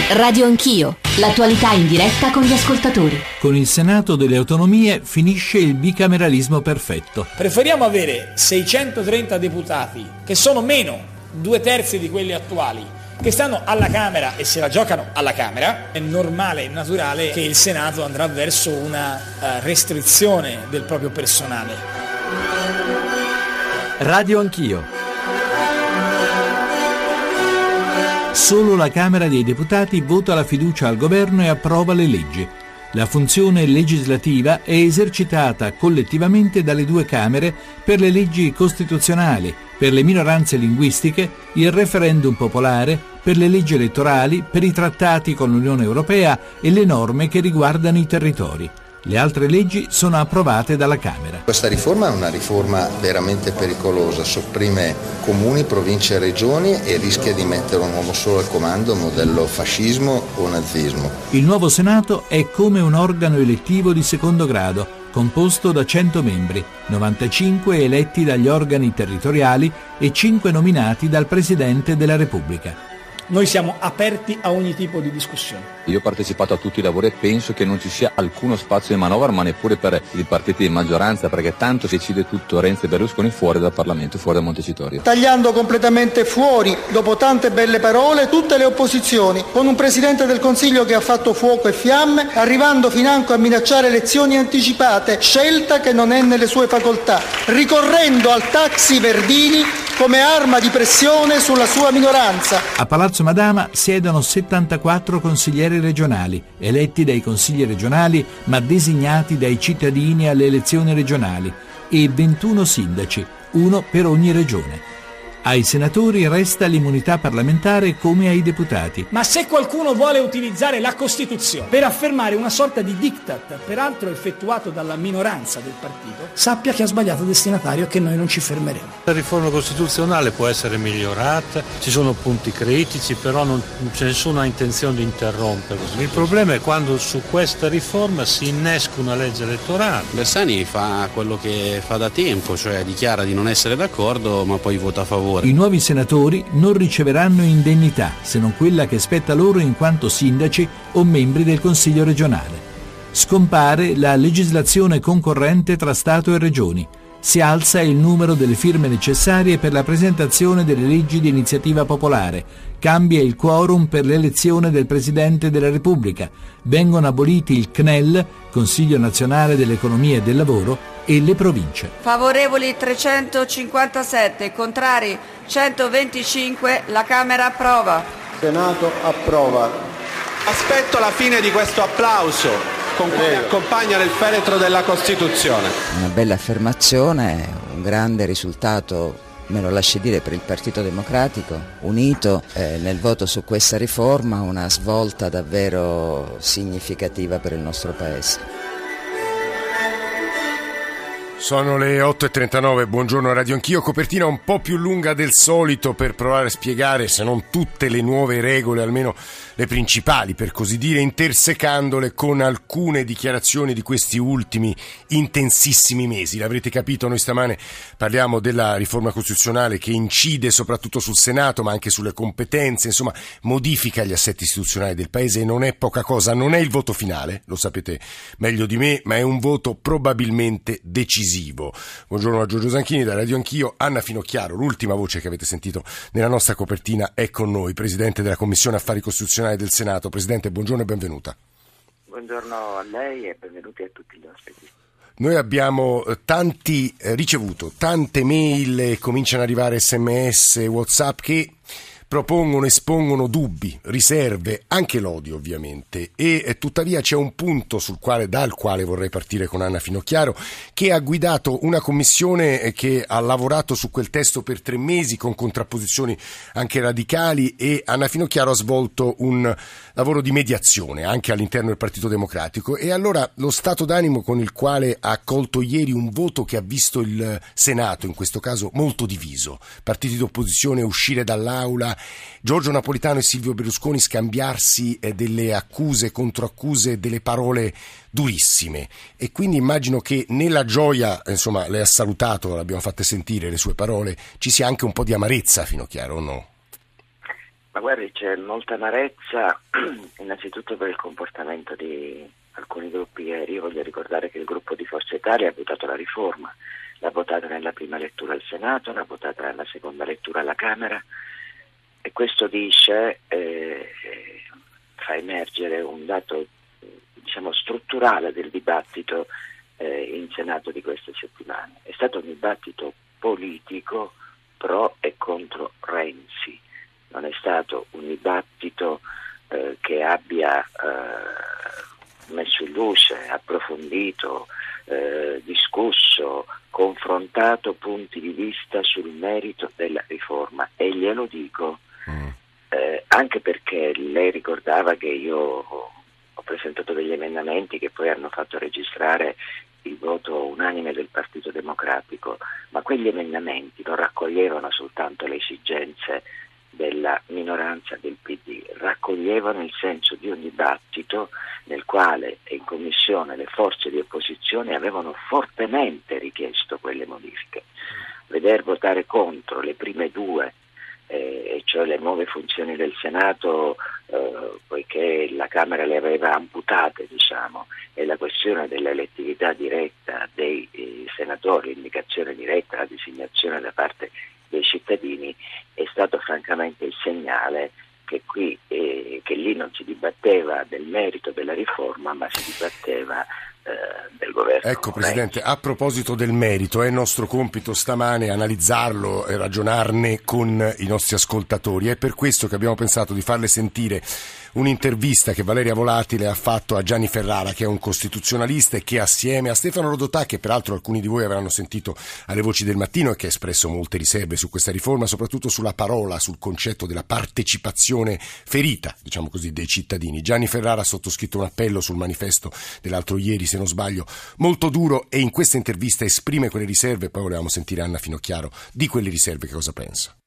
Radio Anch'io, l'attualità in diretta con gli ascoltatori. Con il Senato delle Autonomie finisce il bicameralismo perfetto. Preferiamo avere 630 deputati, che sono meno 2/3 di quelli attuali, che stanno alla Camera e se la giocano alla Camera. È normale e naturale che il Senato andrà verso una restrizione del proprio personale. Radio Anch'io. Solo la Camera dei Deputati vota la fiducia al governo e approva le leggi. La funzione legislativa è esercitata collettivamente dalle due Camere per le leggi costituzionali, per le minoranze linguistiche, il referendum popolare, per le leggi elettorali, per i trattati con l'Unione Europea e le norme che riguardano i territori. Le altre leggi sono approvate dalla Camera. Questa riforma è una riforma veramente pericolosa, sopprime comuni, province e regioni e rischia di mettere un uomo solo al comando, modello fascismo o nazismo. Il nuovo Senato è come un organo elettivo di secondo grado, composto da 100 membri, 95 eletti dagli organi territoriali e 5 nominati dal Presidente della Repubblica. Noi siamo aperti a ogni tipo di discussione. Io ho partecipato a tutti i lavori e penso che non ci sia alcuno spazio di manovra, ma neppure per i partiti di maggioranza, perché tanto decide tutto Renzi e Berlusconi fuori dal Parlamento, fuori da Montecitorio. Tagliando completamente fuori, dopo tante belle parole, tutte le opposizioni, con un Presidente del Consiglio che ha fatto fuoco e fiamme, arrivando financo a minacciare elezioni anticipate, scelta che non è nelle sue facoltà, ricorrendo al taxi Verdini come arma di pressione sulla sua minoranza. A Palazzo Madama siedono 74 consiglieri regionali, eletti dai consigli regionali ma designati dai cittadini alle elezioni regionali, e 21 sindaci, uno per ogni regione. Ai senatori resta l'immunità parlamentare come ai deputati. Ma se qualcuno vuole utilizzare la Costituzione per affermare una sorta di diktat, peraltro effettuato dalla minoranza del partito, sappia che ha sbagliato destinatario e che noi non ci fermeremo. La riforma costituzionale può essere migliorata, ci sono punti critici, però non c'è nessuna intenzione di interromperla. Il problema è quando su questa riforma si innesca una legge elettorale. Bersani fa quello che fa da tempo, cioè dichiara di non essere d'accordo ma poi vota a favore. I nuovi senatori non riceveranno indennità, se non quella che spetta loro in quanto sindaci o membri del Consiglio regionale. Scompare la legislazione concorrente tra Stato e Regioni. Si alza il numero delle firme necessarie per la presentazione delle leggi di iniziativa popolare. Cambia il quorum per l'elezione del Presidente della Repubblica. Vengono aboliti il CNEL, Consiglio Nazionale dell'Economia e del Lavoro, e le province. Favorevoli 357, contrari 125, la Camera approva. Senato approva. Aspetto la fine di questo applauso con cui accompagna il feretro della Costituzione. Una bella affermazione, un grande risultato, me lo lasci dire, per il Partito Democratico, unito nel voto su questa riforma, una svolta davvero significativa per il nostro Paese. Sono le 8.39, buongiorno Radio Anch'io, copertina un po' più lunga del solito per provare a spiegare, se non tutte le nuove regole, almeno le principali, per così dire, intersecandole con alcune dichiarazioni di questi ultimi intensissimi mesi. L'avrete capito, noi stamane parliamo della riforma costituzionale che incide soprattutto sul Senato, ma anche sulle competenze, insomma, modifica gli assetti istituzionali del Paese e non è poca cosa, non è il voto finale, lo sapete meglio di me, ma è un voto probabilmente decisivo. Buongiorno a Giorgio Zanchini da Radio Anch'io. Anna Finocchiaro, l'ultima voce che avete sentito nella nostra copertina, è con noi, Presidente della Commissione Affari Costituzionali del Senato. Presidente, buongiorno e benvenuta. Buongiorno a lei e benvenuti a tutti gli ospiti. Noi abbiamo ricevuto tante mail e cominciano ad arrivare SMS, WhatsApp che propongono, espongono dubbi, riserve, anche l'odio ovviamente, e tuttavia c'è un punto dal quale vorrei partire con Anna Finocchiaro, che ha guidato una commissione che ha lavorato su quel testo per 3 mesi con contrapposizioni anche radicali, e Anna Finocchiaro ha svolto un lavoro di mediazione anche all'interno del Partito Democratico. E allora lo stato d'animo con il quale ha accolto ieri un voto che ha visto il Senato, in questo caso molto diviso, partiti d'opposizione uscire dall'aula, Giorgio Napolitano e Silvio Berlusconi scambiarsi delle accuse, controaccuse, delle parole durissime, e quindi immagino che nella gioia, insomma, lei ha salutato, l'abbiamo fatte sentire le sue parole, ci sia anche un po' di amarezza, Finocchiaro, o no? Ma guardi, c'è molta amarezza innanzitutto per il comportamento di alcuni gruppi ieri. Io voglio ricordare che il gruppo di Forza Italia ha votato la riforma, l'ha votata nella prima lettura al Senato, l'ha votata nella seconda lettura alla Camera, e questo dice, fa emergere un dato strutturale del dibattito in Senato di queste settimane. È stato un dibattito politico pro e contro Renzi, non è stato un dibattito che abbia messo in luce, approfondito, discusso, confrontato punti di vista sul merito della riforma, e glielo dico anche perché lei ricordava che io ho presentato degli emendamenti che poi hanno fatto registrare il voto unanime del Partito Democratico, ma quegli emendamenti non raccoglievano soltanto le esigenze della minoranza del PD, raccoglievano il senso di un dibattito nel quale in Commissione le forze di opposizione avevano fortemente richiesto quelle modifiche. Veder votare contro le prime due, e cioè le nuove funzioni del Senato, poiché la Camera le aveva amputate, e la questione dell'elettività diretta dei senatori, l'indicazione diretta, la designazione da parte dei cittadini, è stato francamente il segnale che qui che lì non si dibatteva del merito della riforma, ma si dibatteva del governo. Ecco, Presidente, a proposito del merito, è nostro compito stamane analizzarlo e ragionarne con i nostri ascoltatori. È per questo che abbiamo pensato di farle sentire un'intervista che Valeria Volatile ha fatto a Gianni Ferrara, che è un costituzionalista e che assieme a Stefano Rodotà, che peraltro alcuni di voi avranno sentito alle Voci del Mattino e che ha espresso molte riserve su questa riforma, soprattutto sulla parola, sul concetto della partecipazione ferita, dei cittadini. Gianni Ferrara ha sottoscritto un appello sul manifesto dell'altro ieri, se non sbaglio, molto duro, e in questa intervista esprime quelle riserve. Poi volevamo sentire Anna Finocchiaro di quelle riserve che cosa pensa.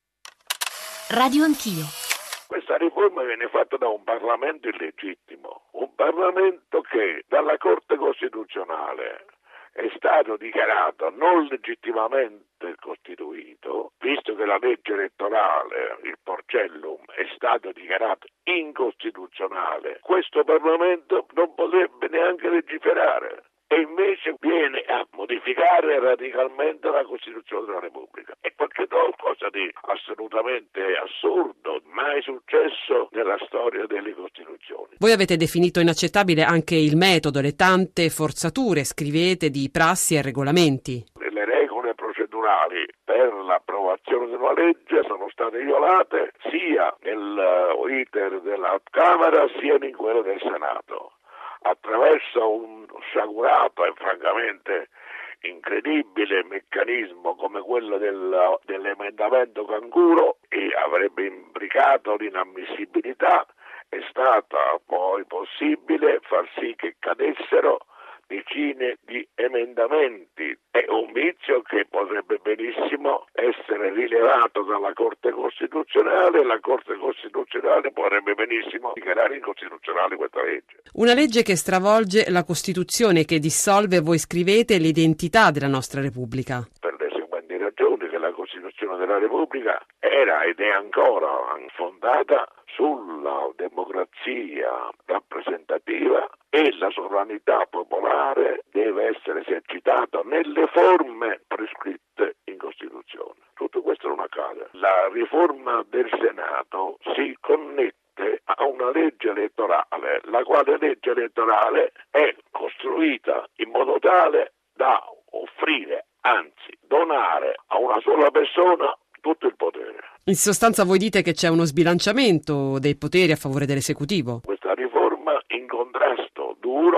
Radio Anch'io. Questa riforma viene fatta da un Parlamento illegittimo, un Parlamento che dalla Corte Costituzionale è stato dichiarato non legittimamente costituito, visto che la legge elettorale, il Porcellum, è stato dichiarato incostituzionale. Questo Parlamento non potrebbe neanche legiferare, e invece viene a modificare radicalmente la Costituzione della Repubblica. È qualcosa di assolutamente assurdo, mai successo nella storia delle Costituzioni. Voi avete definito inaccettabile anche il metodo, le tante forzature, scrivete, di prassi e regolamenti. Le regole procedurali per l'approvazione di una legge sono state violate sia nell'iter della Camera sia in quello del Senato, attraverso un sciagurato e francamente incredibile meccanismo come quello dell'emendamento Canguro, e avrebbe imbricato l'inammissibilità. È stata poi possibile far sì che cadessero decine di emendamenti. È un vizio che potrebbe benissimo essere rilevato dalla Corte Costituzionale, e la Corte Costituzionale potrebbe benissimo dichiarare incostituzionale questa legge. Una legge che stravolge la Costituzione, che dissolve, voi scrivete, l'identità della nostra Repubblica. Per le seguenti ragioni: che la Costituzione della Repubblica era ed è ancora fondata sulla democrazia rappresentativa, e la sovranità popolare deve essere esercitata nelle forme prescritte in Costituzione. Tutto questo non accade. La riforma del Senato si connette a una legge elettorale, la quale legge elettorale è costruita in modo tale da offrire, anzi donare a una sola persona tutto il potere. In sostanza voi dite che c'è uno sbilanciamento dei poteri a favore dell'esecutivo. Questa riforma in contrasto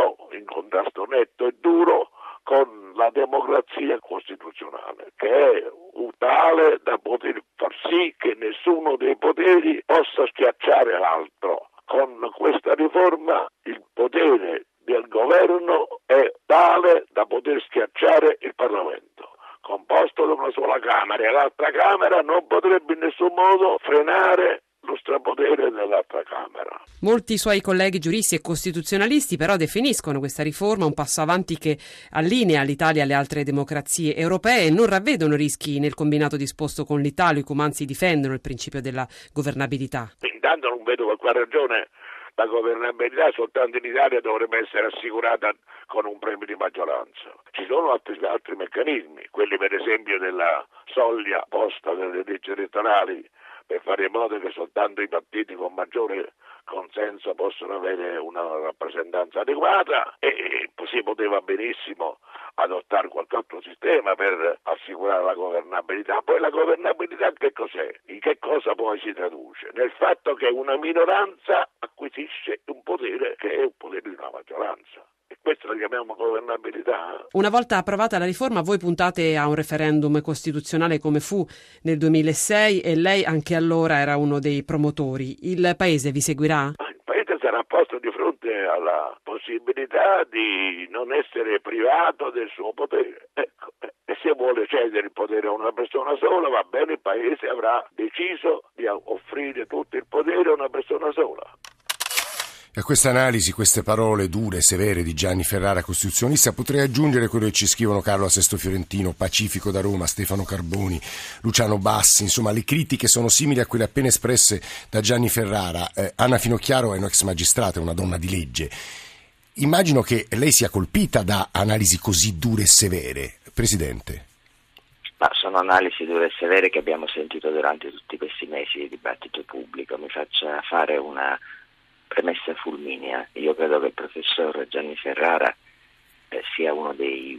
netto e duro con la democrazia costituzionale, che è tale da poter far sì che nessuno dei poteri possa schiacciare l'altro. Con questa riforma il potere del governo è tale da poter schiacciare il Parlamento, composto da una sola Camera, e l'altra Camera non potrebbe in nessun modo frenare lo strapotere dell'altra Camera. Molti suoi colleghi giuristi e costituzionalisti però definiscono questa riforma un passo avanti che allinea l'Italia alle altre democrazie europee e non ravvedono rischi nel combinato disposto con l'Italicum, anzi difendono il principio della governabilità. In intanto non vedo per quale ragione la governabilità soltanto in Italia dovrebbe essere assicurata con un premio di maggioranza. Ci sono altri meccanismi, quelli per esempio della soglia posta delle leggi elettorali, per fare in modo che soltanto i partiti con maggiore consenso possono avere una rappresentanza adeguata, e si poteva benissimo adottare qualche altro sistema per assicurare la governabilità. Poi la governabilità che cos'è? In che cosa poi si traduce? Nel fatto che una minoranza acquisisce un potere che è un potere di una maggioranza. E questo lo chiamiamo governabilità. Una volta approvata la riforma, voi puntate a un referendum costituzionale come fu nel 2006 e lei anche allora era uno dei promotori. Il Paese vi seguirà? Il Paese sarà posto di fronte alla possibilità di non essere privato del suo potere. Ecco. E se vuole cedere il potere a una persona sola, va bene, il Paese avrà deciso di offrire tutto il potere a una persona sola. E a questa analisi, queste parole dure, severe di Gianni Ferrara, costituzionista, potrei aggiungere quello che ci scrivono Carlo Sesto Fiorentino, Pacifico da Roma, Stefano Carboni, Luciano Bassi. Insomma, le critiche sono simili a quelle appena espresse da Gianni Ferrara. Anna Finocchiaro è un'ex magistrata, è una donna di legge. Immagino che lei sia colpita da analisi così dure e severe. Presidente. Ma sono analisi dure e severe che abbiamo sentito durante tutti questi mesi di dibattito pubblico. Mi faccia fare una premessa fulminea. Io credo che il professor Gianni Ferrara sia uno dei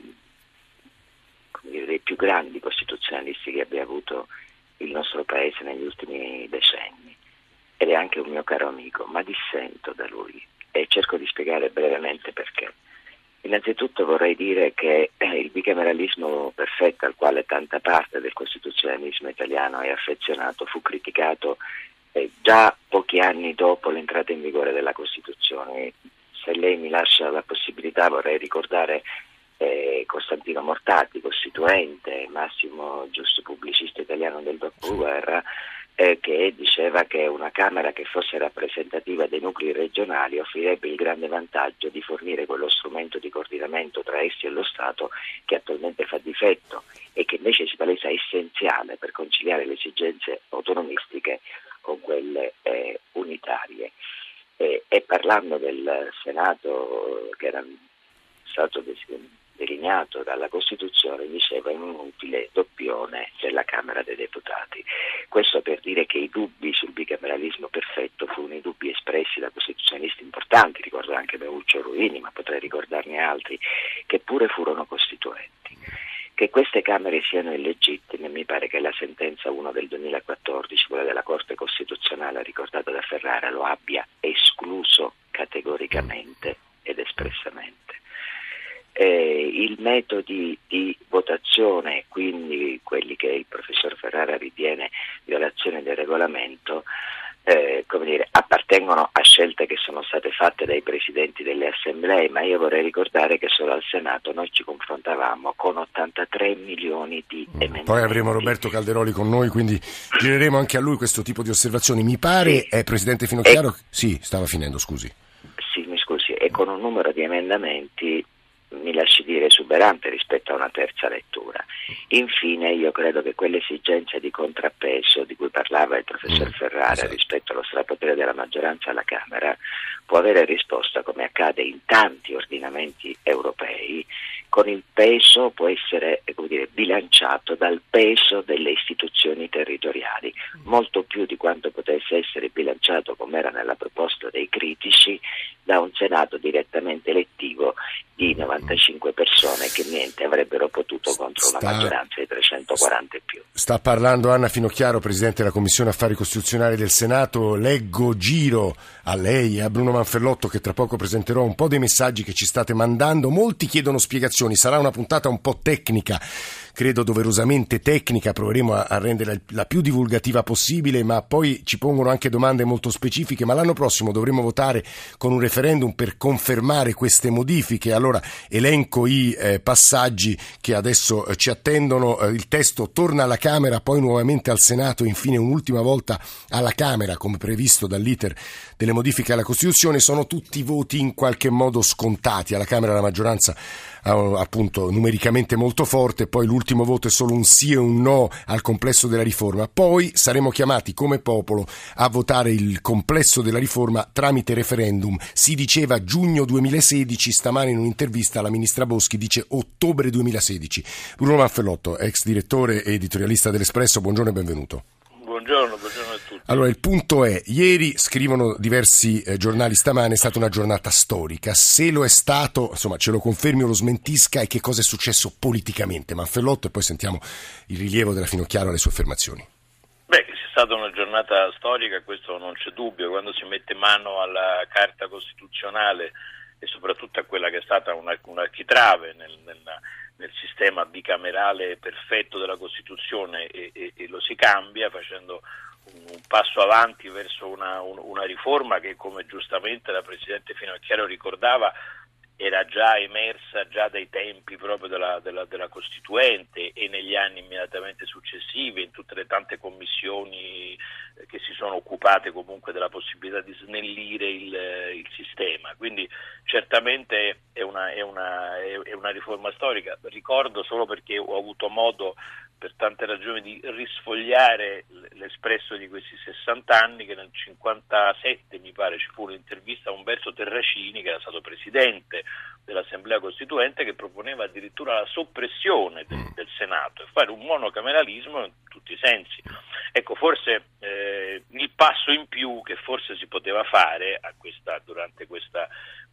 più grandi costituzionalisti che abbia avuto il nostro Paese negli ultimi decenni, ed è anche un mio caro amico, ma dissento da lui e cerco di spiegare brevemente perché. Innanzitutto vorrei dire che il bicameralismo perfetto al quale tanta parte del costituzionalismo italiano è affezionato fu criticato già pochi anni dopo l'entrata in vigore della Costituzione. Se lei mi lascia la possibilità, vorrei ricordare Costantino Mortati, costituente, massimo giusto pubblicista italiano del dopoguerra, che diceva che una Camera che fosse rappresentativa dei nuclei regionali offrirebbe il grande vantaggio di fornire quello strumento di coordinamento tra essi e lo Stato che attualmente fa difetto e che invece si palesa essenziale per conciliare le esigenze autonomistiche con quelle unitarie. E parlando del Senato che era stato delineato dalla Costituzione, diceva un inutile doppione della Camera dei Deputati. Questo per dire che i dubbi sul bicameralismo perfetto furono i dubbi espressi da costituzionalisti importanti, ricordo anche Meuccio Ruini, ma potrei ricordarne altri, che pure furono costituenti. Che queste Camere siano illegittime, mi pare che la sentenza 1 del 2014, quella della Corte Costituzionale ricordata da Ferrara, lo abbia escluso categoricamente ed espressamente. I metodi di votazione, quindi quelli che il professor Ferrara ritiene violazione del regolamento, appartengono a scelte che sono state fatte dai presidenti delle assemblee, ma io vorrei ricordare che solo al Senato noi ci confrontavamo con 83 milioni di emendamenti. Poi avremo Roberto Calderoli con noi, quindi gireremo anche a lui questo tipo di osservazioni. Mi pare, Presidente Finocchiaro, sì, stava finendo, scusi. Sì, mi scusi, e con un numero di emendamenti, mi lasci dire, esuberante rispetto a una terza lettura. Infine, io credo che quell'esigenza di contrappeso di cui parlava il professor Ferrara rispetto allo strapotere della maggioranza alla Camera può avere risposta, come accade in tanti ordinamenti europei, con il peso, può essere bilanciato dal peso delle istituzioni territoriali, molto più di quanto potesse essere bilanciato, come era nella proposta dei critici, da un Senato direttamente elettivo di 95 persone che niente avrebbero potuto contro una maggioranza di 340 e più. Sta parlando Anna Finocchiaro, Presidente della Commissione Affari Costituzionali del Senato. Giro a lei e a Bruno Manfellotto, che tra poco presenterò, un po' dei messaggi che ci state mandando. Molti chiedono spiegazioni, sarà una puntata un po' tecnica, credo doverosamente tecnica, proveremo a rendere la più divulgativa possibile, ma poi ci pongono anche domande molto specifiche. Ma l'anno prossimo dovremo votare con un referendum per confermare queste modifiche. Allora elenco i passaggi che adesso ci attendono. Il testo torna alla Camera, poi nuovamente al Senato e infine un'ultima volta alla Camera, come previsto dall'iter delle modifiche alla Costituzione. Sono tutti voti in qualche modo scontati. Alla Camera la maggioranza appunto numericamente molto forte, poi l'ultimo l'ultimo voto è solo un sì e un no al complesso della riforma, poi saremo chiamati come popolo a votare il complesso della riforma tramite referendum. Si diceva giugno 2016, stamane in un'intervista la ministra Boschi dice ottobre 2016. Bruno Manfellotto, ex direttore e editorialista dell'Espresso, buongiorno e benvenuto. Buongiorno a tutti. Allora, il punto è, ieri, scrivono diversi giornali stamane, è stata una giornata storica. Se lo è stato, insomma, ce lo confermi o lo smentisca, e che cosa è successo politicamente? Manfellotto, e poi sentiamo il rilievo della Finocchiaro alle sue affermazioni. Che sia stata una giornata storica, questo non c'è dubbio. Quando si mette mano alla Carta Costituzionale e soprattutto a quella che è stata un architrave nel sistema bicamerale perfetto della Costituzione e lo si cambia facendo un passo avanti verso una riforma che, come giustamente la Presidente Finocchiaro ricordava, era già emersa già dai tempi proprio della Costituente e negli anni immediatamente successivi, in tutte le tante commissioni che si sono occupate comunque della possibilità di snellire il sistema. Quindi certamente è una riforma storica. Ricordo, solo perché ho avuto modo per tante ragioni di risfogliare l'Espresso di questi 60 anni, che nel 57 mi pare ci fu un'intervista a Umberto Terracini, che era stato presidente dell'Assemblea Costituente, che proponeva addirittura la soppressione del Senato e fare un monocameralismo in tutti i sensi. Ecco, forse il passo in più che forse si poteva fare durante questa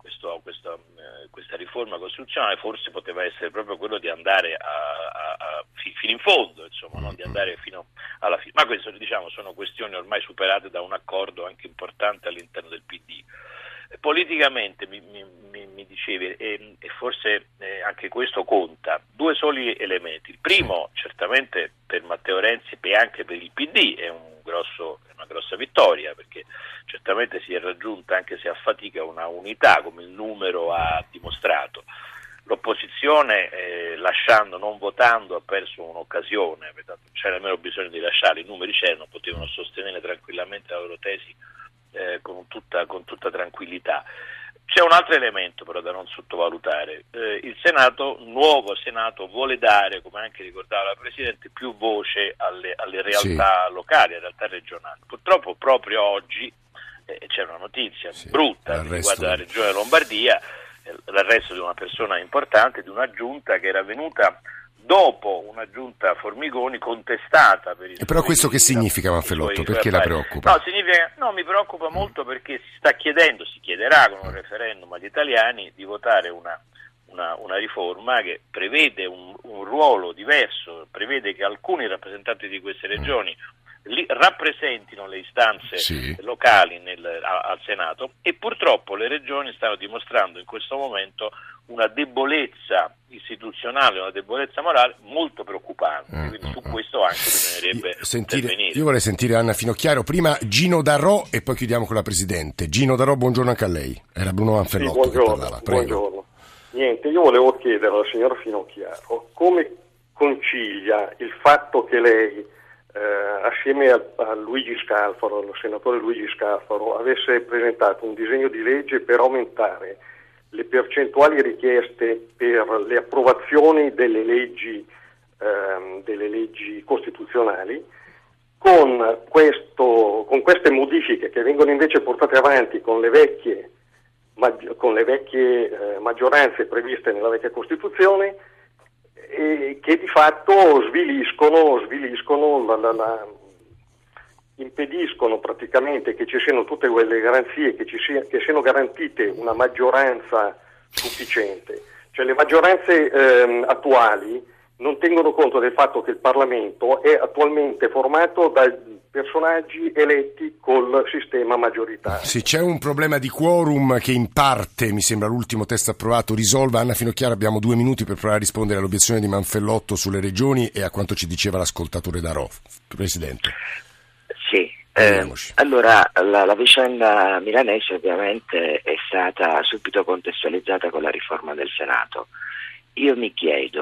riforma costituzionale forse poteva essere proprio quello di andare fino in fondo, insomma, no? Di andare fino alla fine. Ma questo, diciamo, sono questioni ormai superate da un accordo anche importante all'interno del PD. Politicamente mi dicevi, e forse anche questo conta, due soli elementi. Il primo, certamente per Matteo Renzi e anche per il PD è una grossa vittoria, perché certamente si è raggiunta, anche se a fatica, una unità, come il numero ha dimostrato. L'opposizione, non votando, ha perso un'occasione, non c'era nemmeno bisogno di lasciare, i numeri c'erano, potevano sostenere tranquillamente la loro tesi con tutta tranquillità. C'è un altro elemento però da non sottovalutare: il nuovo Senato vuole dare, come anche ricordava la Presidente, più voce alle realtà locali, alle realtà regionali. Purtroppo proprio oggi c'è una notizia brutta che riguarda la Regione Lombardia, l'arresto di una persona importante, di una giunta che era venuta dopo una giunta Formigoni contestata per però questo che significa, Manfellotto? Perché la preoccupa? Mi preoccupa molto perché si chiederà con un referendum agli italiani di votare una riforma che prevede un ruolo diverso, prevede che alcuni rappresentanti di queste regioni rappresentino le istanze locali al Senato, e purtroppo le regioni stanno dimostrando in questo momento una debolezza istituzionale, una debolezza morale molto preoccupante, quindi su questo anche bisognerebbe intervenire. Io vorrei sentire Anna Finocchiaro, prima Gino Darò e poi chiudiamo con la Presidente. Gino Darò, buongiorno anche a lei. Era Bruno Manfellotto che parlava. Prego. Buongiorno. Niente, io volevo chiedere alla signora Finocchiaro come concilia il fatto che lei assieme a Luigi Scalfaro, al senatore Luigi Scalfaro, avesse presentato un disegno di legge per aumentare le percentuali richieste per le approvazioni delle leggi costituzionali, con queste modifiche che vengono invece portate avanti con le vecchie maggioranze previste nella vecchia Costituzione, e che di fatto impediscono praticamente che ci siano tutte quelle garanzie, che siano garantite una maggioranza sufficiente. Cioè le maggioranze attuali non tengono conto del fatto che il Parlamento è attualmente formato da personaggi eletti col sistema maggioritario. Sì, c'è un problema di quorum che in parte, mi sembra l'ultimo testo approvato, risolva. Anna Finocchiaro, abbiamo 2 minuti per provare a rispondere all'obiezione di Manfellotto sulle regioni e a quanto ci diceva l'ascoltatore Darò. Presidente. Sì, allora la vicenda milanese ovviamente è stata subito contestualizzata con la riforma del Senato. Io mi chiedo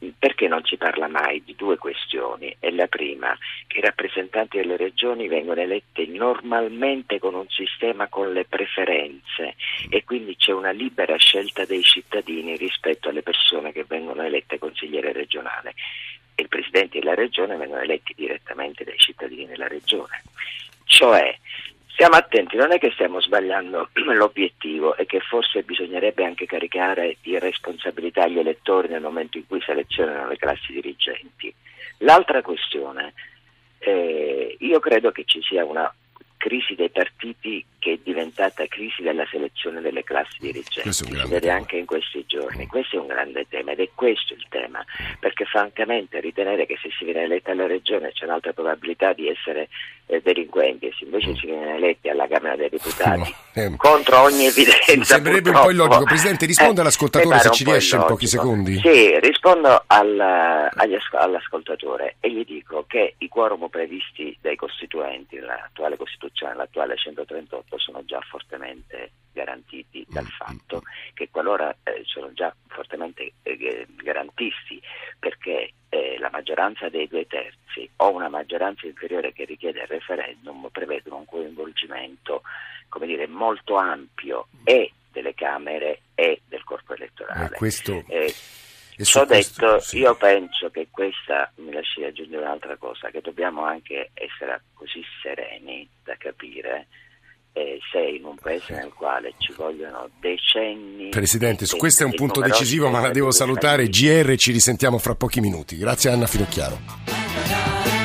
perché non si parla mai di due questioni? È la prima, che i rappresentanti delle regioni vengono eletti normalmente con un sistema con le preferenze e quindi c'è una libera scelta dei cittadini rispetto alle persone che vengono elette consigliere regionale. E i presidenti della regione vengono eletti direttamente dai cittadini della regione. Cioè, stiamo attenti, non è che stiamo sbagliando l'obiettivo e che forse bisognerebbe anche caricare di responsabilità gli elettori nel momento in cui selezionano le classi dirigenti. L'altra questione, io credo che ci sia una crisi dei partiti che è diventata crisi della selezione delle classi dirigenti, si vede anche in questi giorni. Questo è un grande tema ed è questo il tema, perché francamente ritenere che se si viene eletta alla regione c'è un'altra probabilità di essere delinquenti e se invece si viene eletti alla Camera dei Deputati contro ogni evidenza sembrerebbe un po' illogico. Presidente, risponda all'ascoltatore se ci riesce in pochi secondi. Sì, rispondo all'ascoltatore e gli dico che i quorum previsti dai costituenti nell'attuale Costituzione, l'attuale 138, sono già fortemente garantiti dal fatto che qualora sono già fortemente garantisti, perché la maggioranza dei 2/3 o una maggioranza inferiore che richiede il referendum prevedono un coinvolgimento, come dire, molto ampio e delle Camere e del corpo elettorale. Ciò detto, sì. Io penso che questa, mi lasci aggiungere un'altra cosa, che dobbiamo anche essere così sereni da capire se in un paese nel quale ci vogliono decenni... Presidente, su questo è un punto decisivo, ma la devo salutare. GR, ci risentiamo fra pochi minuti. Grazie a Anna Finocchiaro.